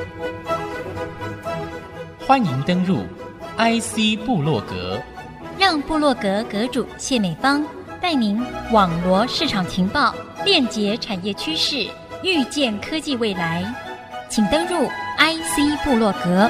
欢迎登入 IC 部落格， 让部落格阁主谢美芳带您网罗市场情报，链接产业趋势，预见科技未来。请登入 IC 部落格。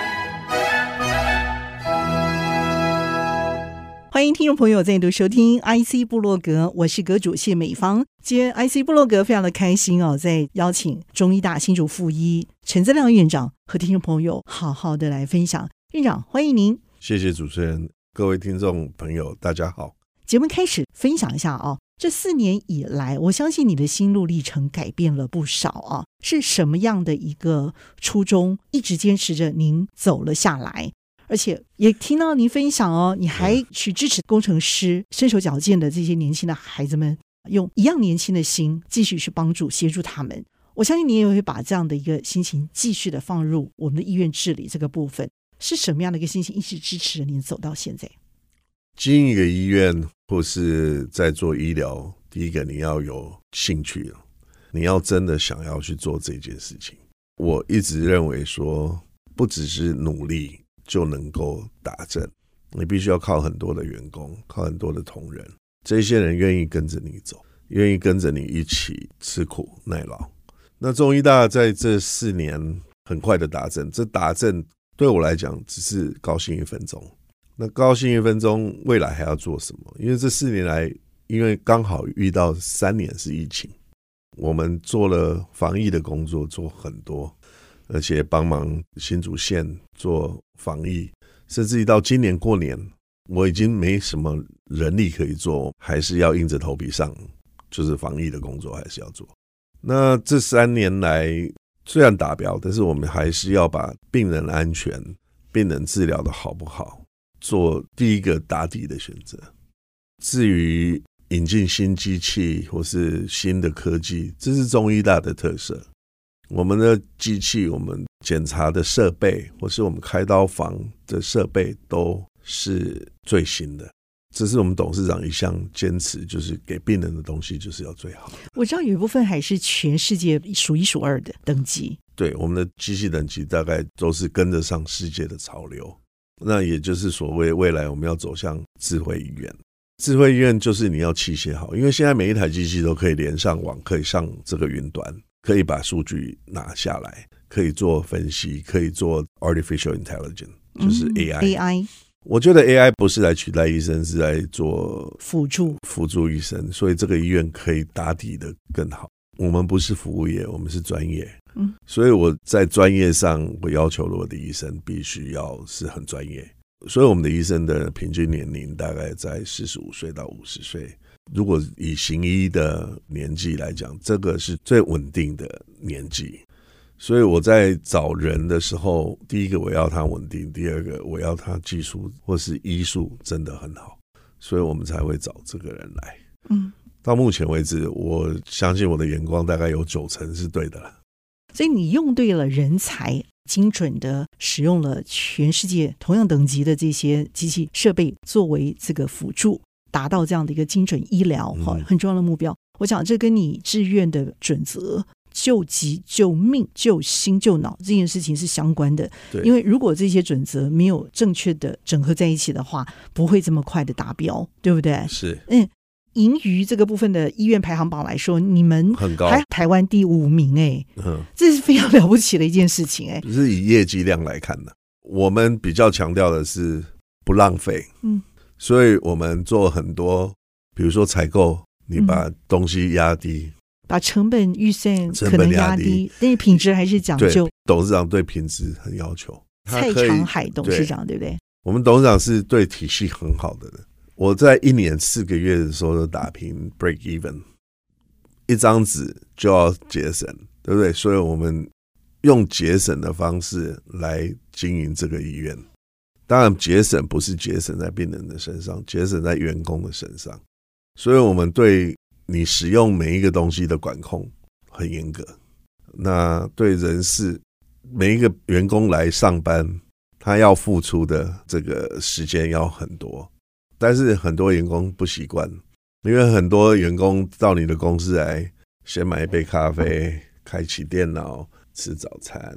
欢迎听众朋友再度收听 IC 部落格，我是阁主谢美芳。今天 IC 部落格非常的开心哦，在邀请中医大新竹附一陈增亮院长和听众朋友好好的来分享。院长欢迎您。 谢谢主持人，各位听众朋友大家好。 节目开始分享一下哦，这4年以来我相信你的心路历程改变了不少啊，是什么样的一个初衷一直坚持着您走了下来？而且也听到您分享哦，你还去支持工程师身手矫健的这些年轻的孩子们，用一样年轻的心继续去帮助协助他们。我相信你也会把这样的一个心情继续的放入我们的医院治理这个部分。是什么样的一个心情一直支持着您走到现在？ 经营一个医院或是在做医疗，第一个你要有兴趣，你要真的想要去做这件事情。我一直认为说，不只是努力就能够达阵，你必须要靠很多的员工，靠很多的同仁，这些人愿意跟着你走，愿意跟着你一起吃苦耐劳。那中医大在这4年很快的达阵，这达阵对我来讲只是高兴1分钟。那高兴1分钟，未来还要做什么？因为这4年来，因为刚好遇到3年是疫情，我们做了防疫的工作，做很多，而且帮忙新竹县做防疫，甚至于到今年过年，我已经没什么人力可以做，还是要硬着头皮上，就是防疫的工作还是要做。那这3年来虽然达标，但是我们还是要把病人安全、病人治疗的好不好做第一个打底的选择。至于引进新机器或是新的科技，这是中医大的特色。我们的机器，我们检查的设备，或是我们开刀房的设备都是最新的。这是我们董事长一向坚持，就是给病人的东西就是要最好的。 我知道有一部分还是全世界数1数2的等级。 对，我们的机器等级大概都是跟得上世界的潮流。那也就是所谓未来我们要走向智慧医院。智慧医院就是你要器械好，因为现在每一台机器都可以连上网，可以上这个云端，可以把数据拿下来，可以做分析，可以做 artificial intelligence， 就是 AI。我觉得 AI 不是来取代医生，是来做辅助医生，所以这个医院可以打底的更好。我们不是服务业，我们是专业，所以我在专业上我要求我的医生必须要是很专业，所以我们的医生的平均年龄大概在45岁到50岁。如果以行医的年纪来讲，这个是最稳定的年纪。所以我在找人的时候，第一个我要他稳定，第二个我要他技术或是医术真的很好，所以我们才会找这个人来。到目前为止，我相信我的眼光大概有90%是对的了。 所以你用对了人才，精准的使用了全世界同样等级的这些机器设备作为这个辅助，达到这样的一个精准医疗，很重要的目标。我想这跟你志愿的准则救急救命救心救脑这件事情是相关的。因为如果这些准则没有正确的整合在一起的话，不会这么快的达标，对不对？ 是。 盈余这个部分的医院排行榜来说，你们很高， 还台湾第5名这是非常了不起的一件事情是以业绩量来看的。我们比较强调的是不浪费，所以我们做很多，比如说采购，你把东西压低， 把成本预算可能压低，但是品质还是讲究。 董事长对品质很要求。 蔡长海董事长 对不对？ 我们董事长是对体系很好的人。我在1年4个月的时候就打平 break even， 一张纸就要节省，对不对？所以我们用节省的方式来经营这个医院。当然节省不是节省在病人的身上，节省在员工的身上。所以我们对你使用每一个东西的管控很严格。那对人事，每一个员工来上班，他要付出的这个时间要很多。但是很多员工不习惯，因为很多员工到你的公司来，先买一杯咖啡，开启电脑，吃早餐，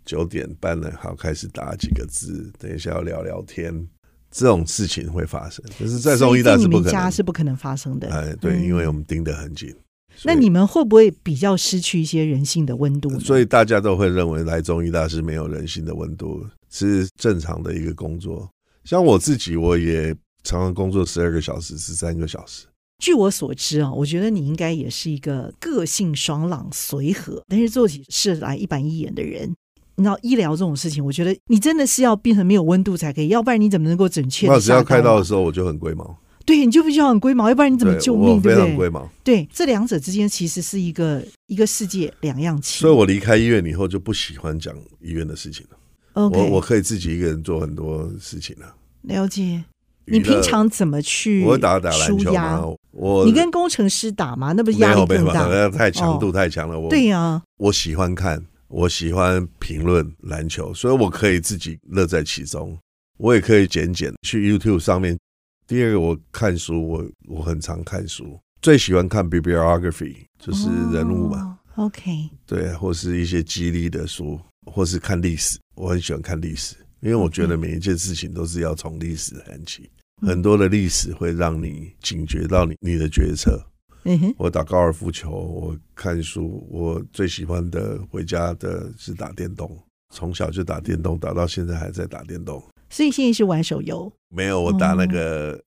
9点半了，好开始打几个字，等一下要聊聊天，这种事情会发生，可是在中医大是不可能， 所以在你们家是不可能发生的。 对，因为我们盯得很紧。 那你们会不会比较失去一些人性的温度呢？ 所以大家都会认为来中医大是没有人性的温度，是正常的一个工作。像我自己，我也常常工作12个小时、13个小时。 据我所知啊，我觉得你应该也是一个个性爽朗随和，但是做起事来一板一眼的人。你知道医疗这种事情，我觉得你真的是要变成没有温度才可以，要不然你怎么能够准确的下刀？ 只要开刀的时候我就很龟毛。 对，你就必须要很龟毛，要不然你怎么救命？对不对？ 我非常龟毛。 对，这两者之间其实是一个世界两样情。 所以我离开医院以后就不喜欢讲医院的事情了。 Okay. 我可以自己一个人做很多事情了。 了解。你平常怎么去我打篮球吗？ 你跟工程师打吗？那不是压力更大？ 没有，太强度太强了。 对呀， 我喜欢看，我喜欢评论篮球，所以我可以自己乐在其中。我也可以剪去 YouTube 上面。第二个，我看书，我很常看书，最喜欢看 bibliography， 就是人物嘛。 OK， 对，或是一些激励的书，或是看历史，我很喜欢看历史，因为我觉得每一件事情都是要从历史谈起，很多的历史会让你警觉到你的决策。我打高尔夫球，我看书，我最喜欢的回家的是打电动，从小就打电动，打到现在还在打电动。 所以现在是玩手游？ 没有，我打那个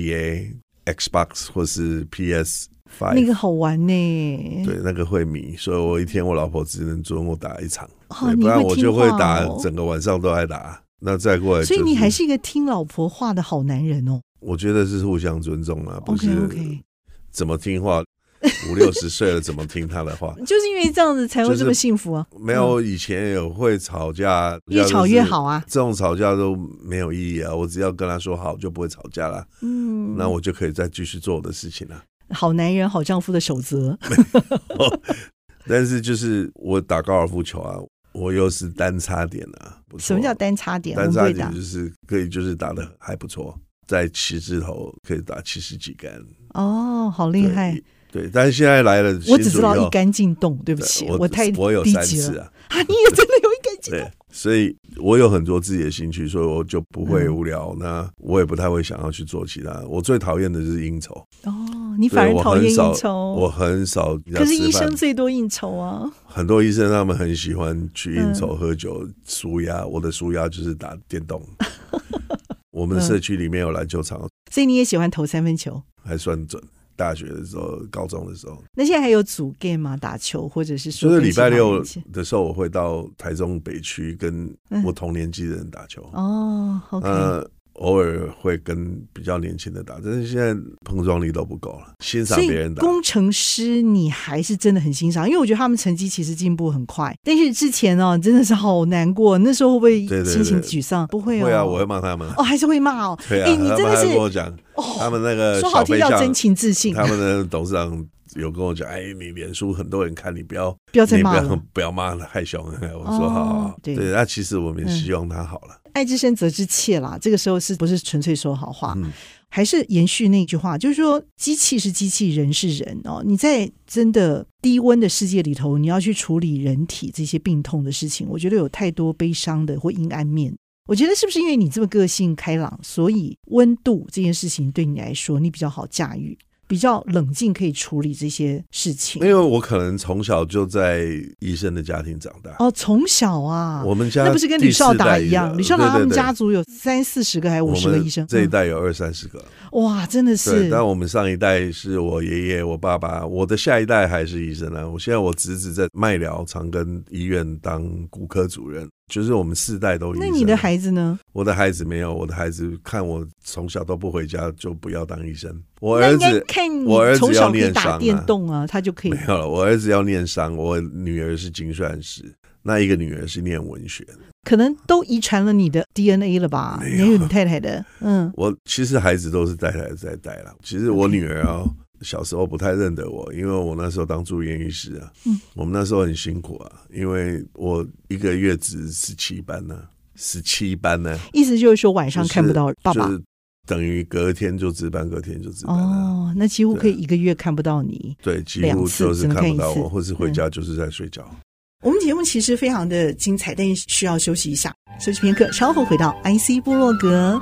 NBA、Xbox 或是 PS5， 那个好玩呢。 对，那个会迷，所以我一天我老婆只能准我打1场，不然我就会打整个晚上都在打。那再过来， 所以你还是一个听老婆话的好男人哦。 我觉得是互相尊重啊，不是 OK 怎么听话。50-60岁了，怎么听他的话？ 就是因为这样子才会这么幸福啊！ 没有，以前也会吵架， 越吵越好啊。 这种吵架都没有意义啊！我只要跟他说好，就不会吵架了。那我就可以再继续做我的事情了。 好男人、好丈夫的守则。 但是就是我打高尔夫球啊，我又是单插点啊。 什么叫单插点？ 单插点就是可以，就是打得还不错，在7字头可以打70几杆。 哦，好厉害！ 对，但是现在来了， 我只知道一杆进洞，对不起，我太低级了。 我有3次啊！ 你也真的有一杆进洞。 对，所以我有很多自己的兴趣，所以我就不会无聊。那我也不太会想要去做其他。我最讨厌的是应酬。 你反而讨厌应酬？ 我很少。 可是医生最多应酬啊。 很多医生他们很喜欢去应酬、喝酒、抒压。我的抒压就是打电动。我们的社区里面有篮球场， 所以你也喜欢投3分球， 还算准。大学的时候，高中的时候， 那现在还有组 game 吗？打球或者是说， 就是礼拜六的时候，我会到台中北区跟我同年纪的人打球。 OK， 偶尔会跟比较年轻的打，但是现在碰撞力都不够了，欣赏别人打。 工程师你还是真的很欣赏，因为我觉得他们成绩其实进步很快，但是之前真的是好难过，那时候会不会心情沮丧？不会会啊，我会骂他们。 还是会骂哦。 对啊， 你真的是跟我讲，他们那个说好听叫真情自信， 他们的董事长有跟我讲，你脸书很多人看，你不要再骂了， 不要骂了，害羞。我说好，对，那其实我们也希望他好了。 爱之深责之切啦，这个时候是不是纯粹说好话？还是延续那句话，就是说机器是机器，人是人哦。你在真的低温的世界里头，你要去处理人体这些病痛的事情，我觉得有太多悲伤的或阴暗面。我觉得是不是因为你这么个性开朗，所以温度这件事情对你来说你比较好驾驭，比较冷静可以处理这些事情？ 因为我可能从小就在医生的家庭长大。 从小啊， 我们家那不是跟吕少达一样？吕少达他们家族有30-40个还是50个医生？ 这一代有20-30个。 哇，真的是。 对，但我们上一代是我爷爷、我爸爸，我的下一代还是医生啊。我现在我侄子在麦寮长庚医院当骨科主任。就是我们4代都医生。 那你的孩子呢？ 我的孩子没有，我的孩子看我从小都不回家，就不要当医生。我儿子从小可以打电动啊，他就可以。 没有了，我儿子要念商，我女儿是精算师，那一个女儿是念文学的。 可能都遗传了你的 DNA 了吧？也有你太太的。 我其实孩子都是太太在带了。其实我女儿小时候不太认得我，因为我那时候当住院医师啊。我们那时候很辛苦啊，因为我一个月值17班呢，17班呢， 意思就是说晚上看不到爸爸， 就是等于隔天就值班，隔天就值班那几乎可以一个月看不到你。 对，几乎就是看不到我，或是回家就是在睡觉。 我们节目其实非常的精彩，但是需要休息一下，休息片刻，稍后回到 IC 部落格。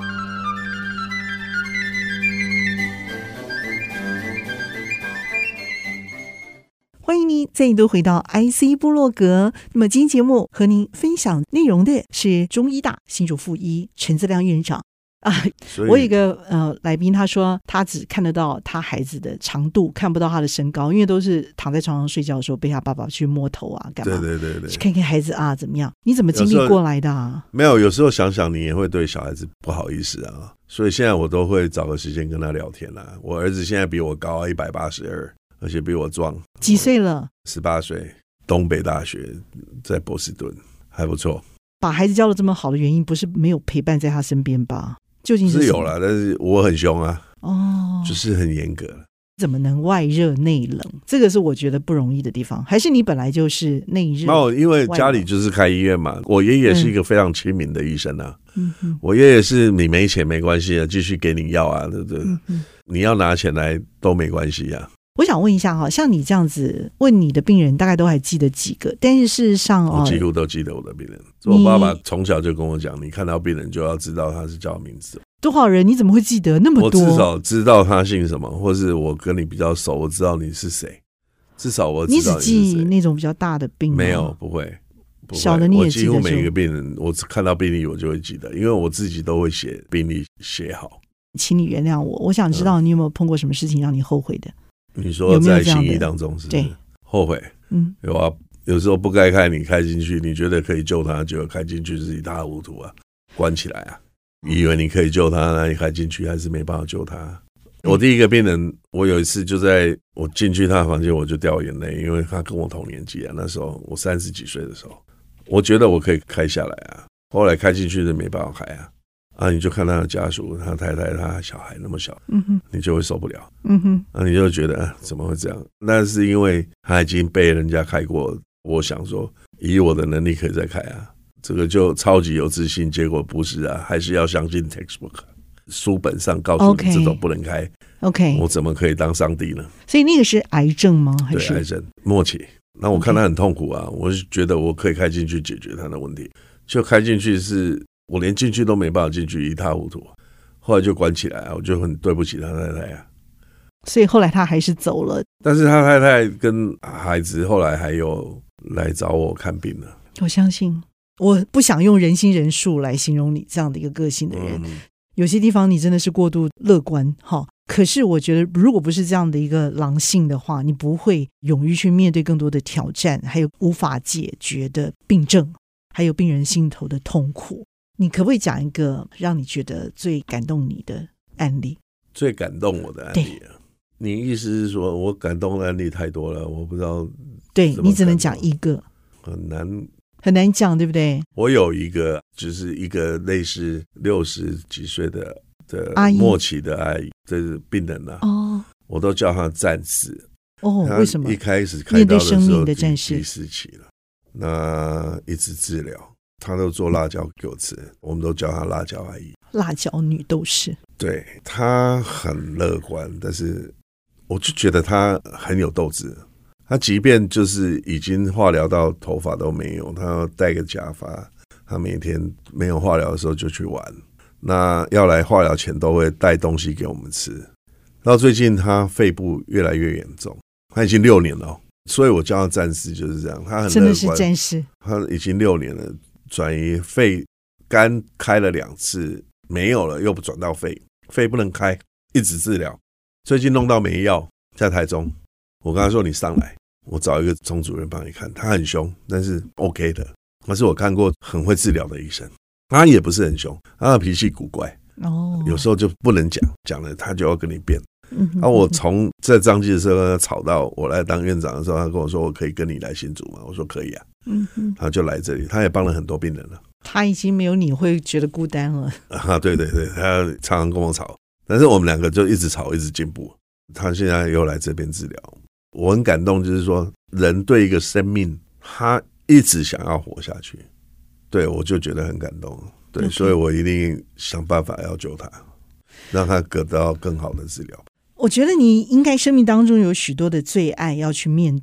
欢迎您再度回到 IC 部落格。那么今天节目和您分享内容的是中医大新竹附一陈自亮院长啊。我有一个来宾，他说他只看得到他孩子的长度，看不到他的身高，因为都是躺在床上睡觉的时候被他爸爸去摸头啊，干嘛？对，看看孩子啊怎么样？你怎么经历过来的啊？ 没有，有时候想想你也会对小孩子不好意思啊，所以现在我都会找个时间跟他聊天啊。我儿子现在比我高182，而且比我壮。 几岁了 ？18岁，东北大学，在波士顿，还不错。 把孩子教得这么好的原因，不是没有陪伴在他身边吧？究竟是有啦，但是我很凶啊，就是很严格。 怎么能外热内冷？这个是我觉得不容易的地方。还是你本来就是内热？没有， 因为家里就是开医院嘛。我爷爷是一个非常亲民的医生啊。我爷爷是你没钱没关系啊，继续给你药啊，对不对？你要拿钱来都没关系啊。 我想问一下像你这样子问你的病人，大概都还记得几个？但是事实上我几乎都记得我的病人。我爸爸从小就跟我讲，你看到病人就要知道他是叫名字。 多少人？你怎么会记得那么多？ 我至少知道他姓什么，或是我跟你比较熟，我知道你是谁。至少我知道你是谁。 你只记那种比较大的病吗？ 没有，不会。 小的你也记得？ 我几乎每一个病人，我看到病历我就会记得，因为我自己都会写病历写好。 请你原谅我，我想知道你有没有碰过什么事情让你后悔的？ 你说在行医当中是不是？对，后悔。有啊，有时候不该开你开进去，你觉得可以救他，结果开进去是一塌糊涂啊，关起来啊，你以为你可以救他，那你开进去还是没办法救他。我第一个病人，我有一次就在我进去他的房间，我就掉眼泪，因为他跟我同年纪啊，那时候我30几岁的时候，我觉得我可以开下来啊，后来开进去就没办法开啊，你就看他的家属，他太太，他小孩那么小，你就会受不了，你就觉得怎么会这样？那是因为他已经被人家开过，我想说以我的能力可以再开啊，这个就超级有自信，结果不是啊，还是要相信 textbook 书本上告诉你这种不能开。 OK， 我怎么可以当上帝呢？ 所以那个是癌症吗？还是？ 对，癌症末期。那我看他很痛苦啊，我就觉得我可以开进去解决他的问题，就开进去是。我连进去都没办法进去，一塌糊涂。后来就关起来，我就很对不起他太太啊。 所以后来他还是走了。 但是他太太跟孩子后来还有来找我看病了。 我相信，我不想用人心人数来形容你这样的一个个性的人。有些地方你真的是过度乐观可是我觉得如果不是这样的一个狼性的话，你不会勇于去面对更多的挑战，还有无法解决的病症，还有病人心头的痛苦。你可不可以讲一个让你觉得最感动你的案例？ 最感动我的案例啊？你意思是说我感动的案例太多了，我不知道。对， 你只能讲一个，很难讲，对不对？ 我有一个，就是一个类似60几岁的末期的阿姨，这是病人啊。我都叫她战士。 为什么？ 一开始开刀的时候面对生命的战士， 第4期了，那一直治疗。他都做辣椒给我吃，我们都叫他辣椒阿姨， 辣椒女斗士。对， 他很乐观，但是我就觉得他很有斗志。他即便就是已经化疗到头发都没有，他要戴个假发，他每天没有化疗的时候就去玩，那要来化疗前都会带东西给我们吃。到最近他肺部越来越严重，他已经6年了，所以我叫他战士就是这样。他很乐观，真的是战士。他已经6年了。转移肺肝开了2次没有了，又不转到肺，肺不能开，一直治疗。最近弄到没药，在台中，我跟他说你上来，我找一个总主任帮你看。他很凶，但是 OK 的，他是我看过很会治疗的医生。他也不是很凶，他的脾气古怪，有时候就不能讲了他就要跟你辩。我从在彰基的时候吵到我来当院长的时候，他跟我说我可以跟你来新竹吗？我说可以啊。他就来这里，他也帮了很多病人了。他已经没有你会觉得孤单了对对对，他常常跟我吵，但是我们2个就一直吵一直进步。他现在又来这边治疗，我很感动，就是说人对一个生命他一直想要活下去，对，我就觉得很感动。对，所以我一定想办法要救他，让他得到更好的治疗。我觉得你应该生命当中有许多的最爱要去面对，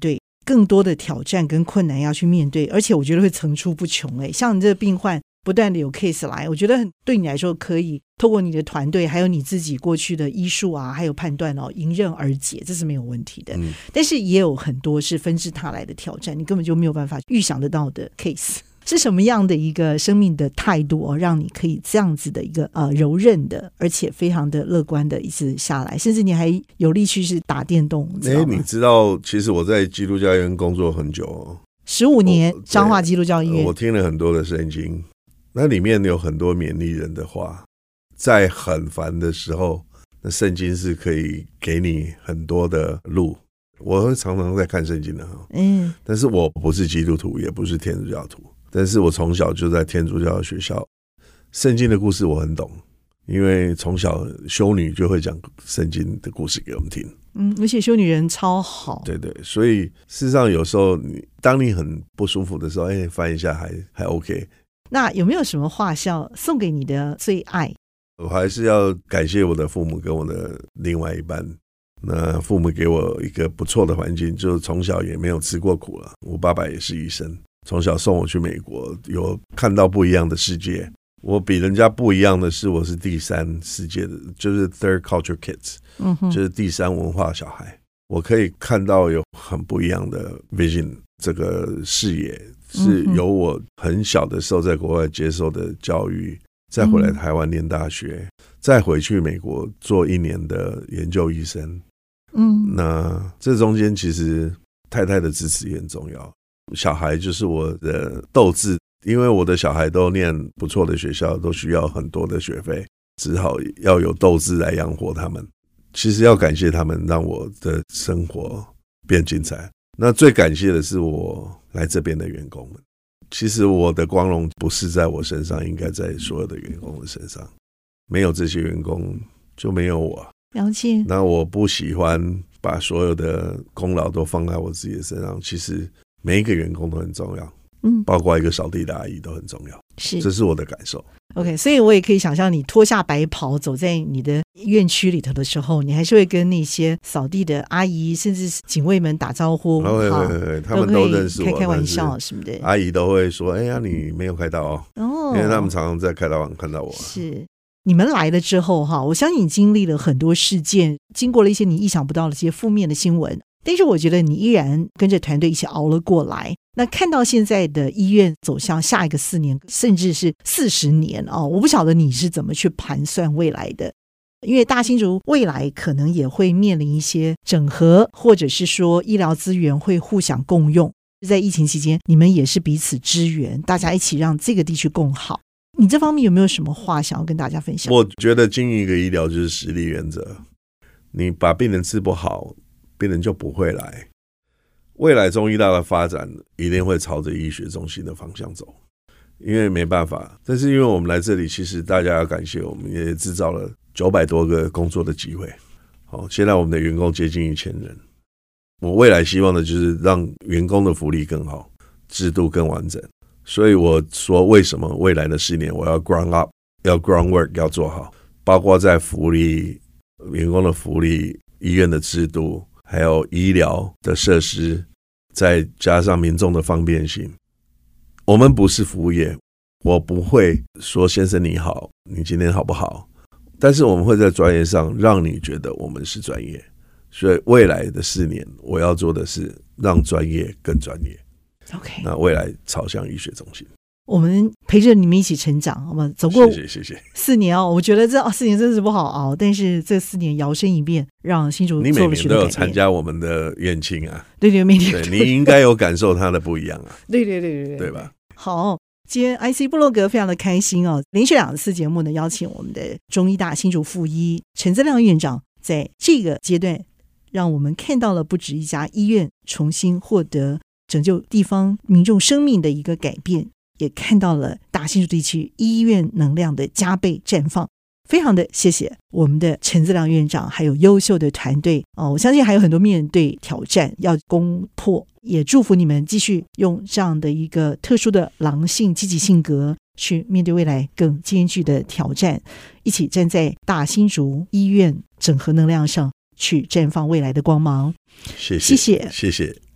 更多的挑战跟困难要去面对，而且我觉得会层出不穷。像你这个病患不断的有 case 来，我觉得对你来说可以透过你的团队还有你自己过去的医术啊还有判断迎刃而解，这是没有问题的。但是也有很多是纷至沓来的挑战，你根本就没有办法预想得到的 case。是什么样的一个生命的态度让你可以这样子的一个柔韧的而且非常的乐观的一直下来，甚至你还有力气是打电动。 你知道其实我在基督教医院工作很久 15年，彰化基督教医院， 我听了很多的圣经，那里面有很多勉励人的话，在很烦的时候，那圣经是可以给你很多的路。我会常常在看圣经的但是我不是基督徒也不是天主教徒，但是我从小就在天主教的学校，圣经的故事我很懂，因为从小修女就会讲圣经的故事给我们听。 而且修女人超好。对对，所以事实上有时候当你很不舒服的时候，翻一下还 OK。 那有没有什么话是要送给你的最爱？ 我还是要感谢我的父母跟我的另外一半。那父母给我一个不错的环境，就从小也没有吃过苦了。我爸爸也是医生，从小送我去美国，有看到不一样的世界。我比人家不一样的是，我是第三世界的，就是 third culture kids，就是第三文化小孩。我可以看到有很不一样的 vision， 这个视野是由我很小的时候在国外接受的教育，再回来台湾念大学，再回去美国做1年的研究医生。那这中间其实太太的支持也很重要。小孩就是我的斗志，因为我的小孩都念不错的学校，都需要很多的学费，只好要有斗志来养活他们。其实要感谢他们，让我的生活变精彩。那最感谢的是我来这边的员工们。其实我的光荣不是在我身上，应该在所有的员工的身上。没有这些员工就没有我。 了解。那我不喜欢把所有的功劳都放在我自己的身上，其实每一个员工都很重要，包括一个扫地的阿姨都很重要，这是我的感受。 OK， 所以我也可以想象你脱下白袍走在你的院区里头的时候，你还是会跟那些扫地的阿姨甚至警卫们打招呼。 他们都认识我， 开玩笑什么的。 阿姨都会说哎呀你没有开刀因为他们常常在开刀房看到我。 是你们来了之后我相信你经历了很多事件，经过了一些你意想不到的这些负面的新闻，但是我觉得你依然跟着团队一起熬了过来。那看到现在的医院走向下一个4年甚至是40年我不晓得你是怎么去盘算未来的，因为大新竹未来可能也会面临一些整合，或者是说医疗资源会互相共用。在疫情期间你们也是彼此支援，大家一起让这个地区更好。你这方面有没有什么话想要跟大家分享？ 我觉得经营一个医疗就是实力原则，你把病人治不好，病人就不会来。未来中医大的发展一定会朝着医学中心的方向走，因为没办法。但是因为我们来这里，其实大家要感谢我们，也制造了900多个工作的机会。现在我们的员工接近1000人。我未来希望的就是让员工的福利更好，制度更完整。所以我说为什么未来的4年我要 ground up， 要 groundwork 要做好，包括在福利、员工的福利、医院的制度，还有医疗的设施，再加上民众的方便性。我们不是服务业，我不会说先生你好，你今天好不好，但是我们会在专业上让你觉得我们是专业。所以未来的4年我要做的是让专业更专业。 OK， 那未来朝向医学中心， 我们陪着你们一起成长，我们走过谢谢 4年我觉得这4年真是不好熬，但是这4年摇身一变，让新竹做了许多改变。你每年都有参加我们的院庆啊？ 对，每年对，你应该有感受它的不一样啊。 对吧？ 好，今天 IC 部落格非常的开心连续2次节目呢，邀请我们的中医大新竹副医陈资亮院长，在这个阶段让我们看到了不止一家医院重新获得拯救地方民众生命的一个改变，也看到了大新竹地区医院能量的加倍绽放。非常的谢谢我们的陈资亮院长还有优秀的团队我相信还有很多面对挑战要攻破，也祝福你们继续用这样的一个特殊的狼性积极性格去面对未来更艰巨的挑战，一起站在大新竹医院整合能量上去绽放未来的光芒。 谢谢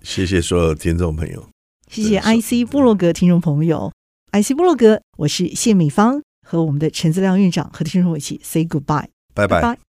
谢谢所有听众朋友， 谢谢 IC 部落格听众朋友。IC 部落格，我是谢美芳，和我们的陈资亮院长和听众一起 say goodbye， 拜拜。